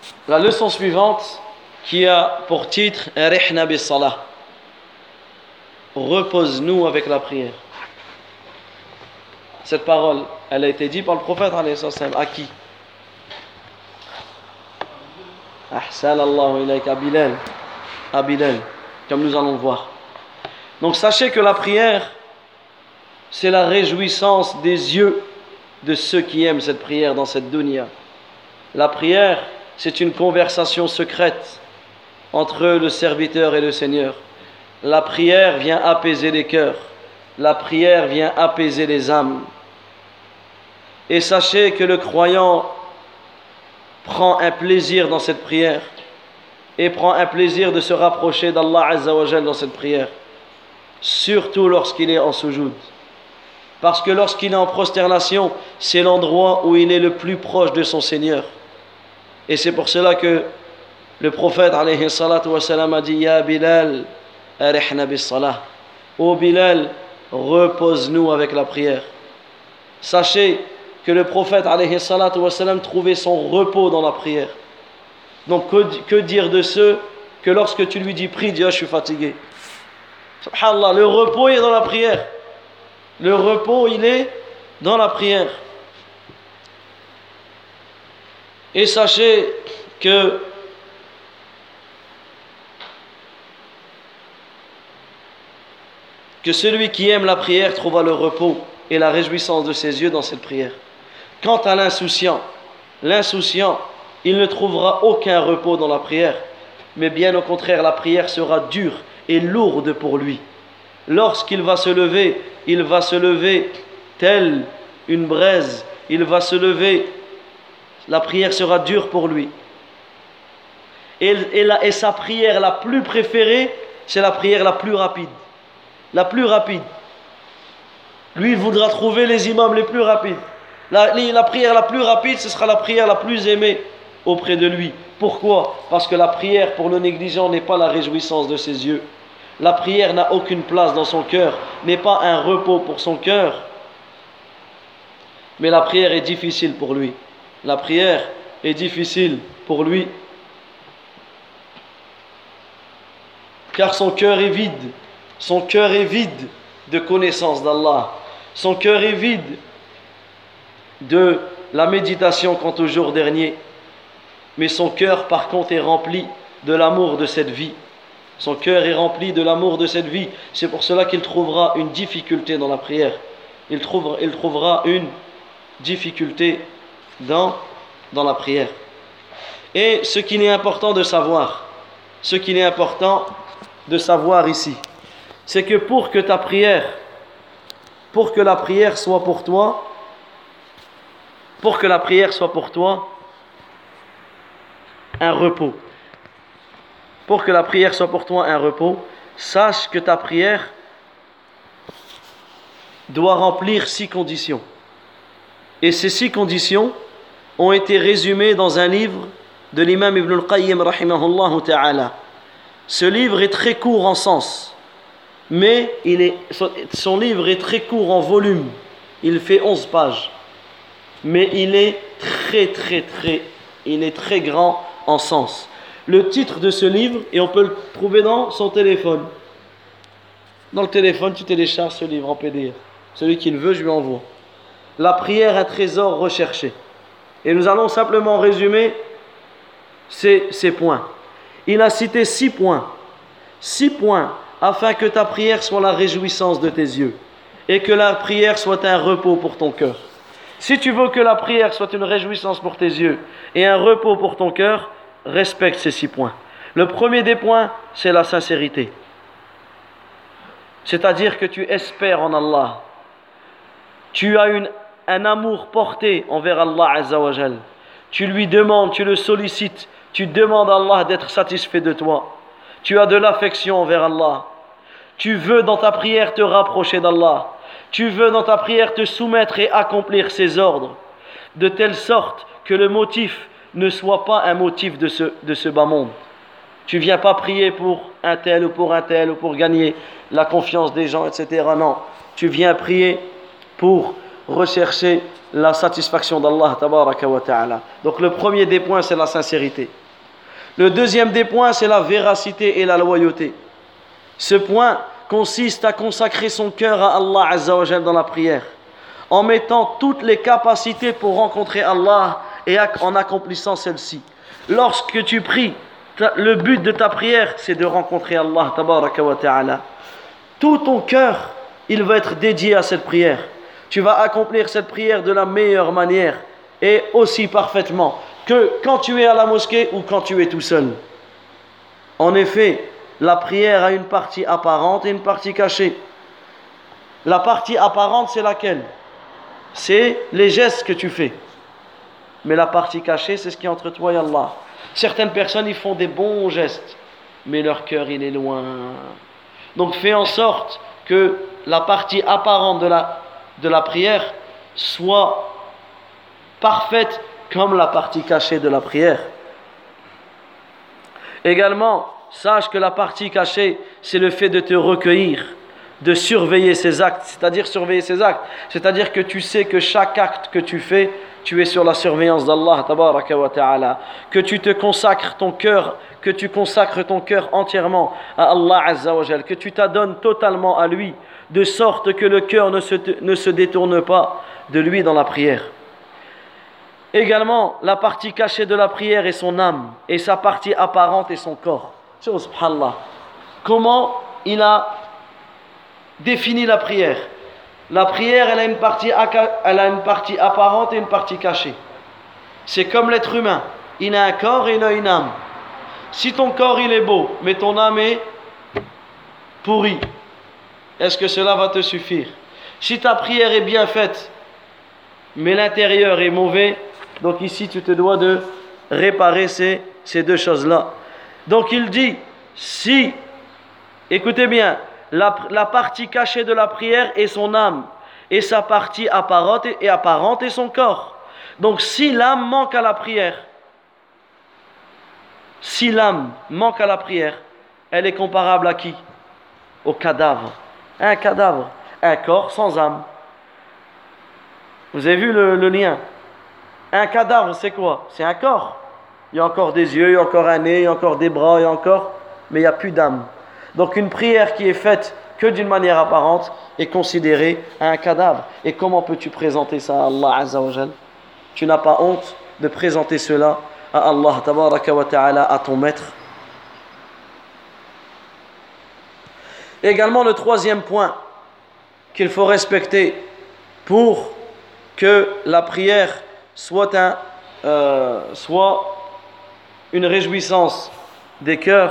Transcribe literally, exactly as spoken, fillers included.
La leçon suivante qui a pour titre Rihna bis salah. Repose-nous avec la prière. Cette parole, elle a été dite par le prophète alayhi salam. À qui? Ahsan Allahu ilayka à Bilal. À Bilal, comme nous allons le voir. Donc sachez que la prière, c'est la réjouissance des yeux de ceux qui aiment cette prière dans cette dunya. La prière, c'est une conversation secrète entre le serviteur et le Seigneur. La prière vient apaiser les cœurs. La prière vient apaiser les âmes. Et sachez que le croyant prend un plaisir dans cette prière et prend un plaisir de se rapprocher d'Allah Azza wa Jal dans cette prière, surtout lorsqu'il est en sujoud. Parce que lorsqu'il est en prosternation, c'est l'endroit où il est le plus proche de son Seigneur. Et c'est pour cela que le prophète alayhi salatu wa salam a dit: Ya Bilal, arihna bis salah. Ô Bilal, repose-nous avec la prière. Sachez que le prophète alayhi salatu wa salam trouvait son repos dans la prière. Donc que, que dire de ceux que lorsque tu lui dis prie, dis: ah, je suis fatigué. Subhanallah, le repos est dans la prière. Le repos, il est dans la prière. Et sachez que que celui qui aime la prière trouvera le repos et la réjouissance de ses yeux dans cette prière. Quant à l'insouciant, l'insouciant, il ne trouvera aucun repos dans la prière, mais bien au contraire, la prière sera dure et lourde pour lui. Lorsqu'il va se lever, il va se lever tel une braise, il va se lever, la prière sera dure pour lui. Et, et, la, et sa prière la plus préférée, c'est la prière la plus rapide. La plus rapide. Lui, il voudra trouver les imams les plus rapides. La, la prière la plus rapide, ce sera la prière la plus aimée auprès de lui. Pourquoi? Parce que la prière pour le négligent n'est pas la réjouissance de ses yeux. La prière n'a aucune place dans son cœur, n'est pas un repos pour son cœur. Mais la prière est difficile pour lui. La prière est difficile pour lui. Car son cœur est vide. Son cœur est vide de connaissance d'Allah. Son cœur est vide de la méditation quant au jour dernier. Mais son cœur, par contre, est rempli de l'amour de cette vie. Son cœur est rempli de l'amour de cette vie. C'est pour cela qu'il trouvera une difficulté dans la prière. Il trouvera, il trouvera une difficulté dans, dans la prière. Et ce qu'il est important de savoir, ce qu'il est important de savoir ici, c'est que pour que ta prière, pour que la prière soit pour toi, pour que la prière soit pour toi un repos, pour que la prière soit pour toi un repos, sache que ta prière doit remplir six conditions. Et ces six conditions ont été résumées dans un livre de l'imam Ibn al-Qayyim rahimahullah ta'ala. Ce livre est très court en sens, mais il est, son livre est très court en volume. Il fait onze pages, mais il est très très très, il est très grand en sens. Le titre de ce livre, et on peut le trouver dans son téléphone. Dans le téléphone, tu télécharges ce livre en P D F. Celui qui le veut, je lui envoie. La prière, un trésor recherché. Et nous allons simplement résumer ces, ces points. Il a cité six points. Six points afin que ta prière soit la réjouissance de tes yeux et que la prière soit un repos pour ton cœur. Si tu veux que la prière soit une réjouissance pour tes yeux et un repos pour ton cœur, respecte ces six points. Le premier des points, c'est la sincérité. C'est-à-dire que tu espères en Allah. Tu as une, un amour porté envers Allah Azza wa Jal. Tu lui demandes, tu le sollicites, tu demandes à Allah d'être satisfait de toi. Tu as de l'affection envers Allah. Tu veux dans ta prière te rapprocher d'Allah. Tu veux dans ta prière te soumettre et accomplir ses ordres, de telle sorte que le motif ne soit pas un motif de ce, de ce bas monde. Tu ne viens pas prier pour un tel ou pour un tel ou pour gagner la confiance des gens, et cetera. Non, tu viens prier pour rechercher la satisfaction d'Allah tabaraka wa ta'ala. Donc le premier des points, c'est la sincérité. Le deuxième des points, c'est la véracité et la loyauté. Ce point consiste à consacrer son cœur à Allah Azza wa Jal dans la prière, en mettant toutes les capacités pour rencontrer Allah et en accomplissant celle-ci. Lorsque tu pries, le but de ta prière, c'est de rencontrer Allah tabaraka wa ta'ala. Tout ton cœur, il va être dédié à cette prière. Tu vas accomplir cette prière de la meilleure manière et aussi parfaitement que quand tu es à la mosquée ou quand tu es tout seul. En effet, la prière a une partie apparente et une partie cachée. La partie apparente, c'est laquelle? C'est les gestes que tu fais. Mais la partie cachée, c'est ce qui est entre toi et Allah. Certaines personnes, ils font des bons gestes, mais leur cœur, il est loin. Donc fais en sorte que la partie apparente de la, de la prière soit parfaite comme la partie cachée de la prière. Également, sache que la partie cachée, c'est le fait de te recueillir, de surveiller ses actes, c'est-à-dire surveiller ses actes, c'est-à-dire que tu sais que chaque acte que tu fais, tu es sur la surveillance d'Allah tabaraka wa ta'ala, que tu te consacres ton cœur, que tu consacres ton cœur entièrement à Allah Azza wa Jal, que tu t'adonnes totalement à lui, de sorte que le cœur ne se, ne se détourne pas de lui dans la prière. Également, la partie cachée de la prière est son âme, et sa partie apparente est son corps. Subhanallah. Comment il a défini la prière? La prière, elle a une partie, elle a une partie apparente et une partie cachée. C'est comme l'être humain. Il a un corps et il a une âme. Si ton corps il est beau, mais ton âme est pourrie, est-ce que cela va te suffire? Si ta prière est bien faite, mais l'intérieur est mauvais, donc ici tu te dois de réparer ces, ces deux choses-là. Donc il dit, si, écoutez bien, la, la partie cachée de la prière est son âme, et sa partie apparente et apparente est son corps. Donc si l'âme manque à la prière, si l'âme manque à la prière, elle est comparable à qui? Au cadavre. Un cadavre, un corps sans âme. Vous avez vu le, le lien? Un cadavre, c'est quoi? C'est un corps. Il y a encore des yeux, il y a encore un nez, il y a encore des bras, il y a encore... mais il n'y a plus d'âme. Donc une prière qui est faite que d'une manière apparente est considérée un cadavre. Et comment peux-tu présenter ça à Allah Azza wa Jal? Tu n'as pas honte de présenter cela à Allah tabaraka wa ta'ala, à ton maître. Également le troisième point qu'il faut respecter pour que la prière soit, un, euh, soit une réjouissance des cœurs,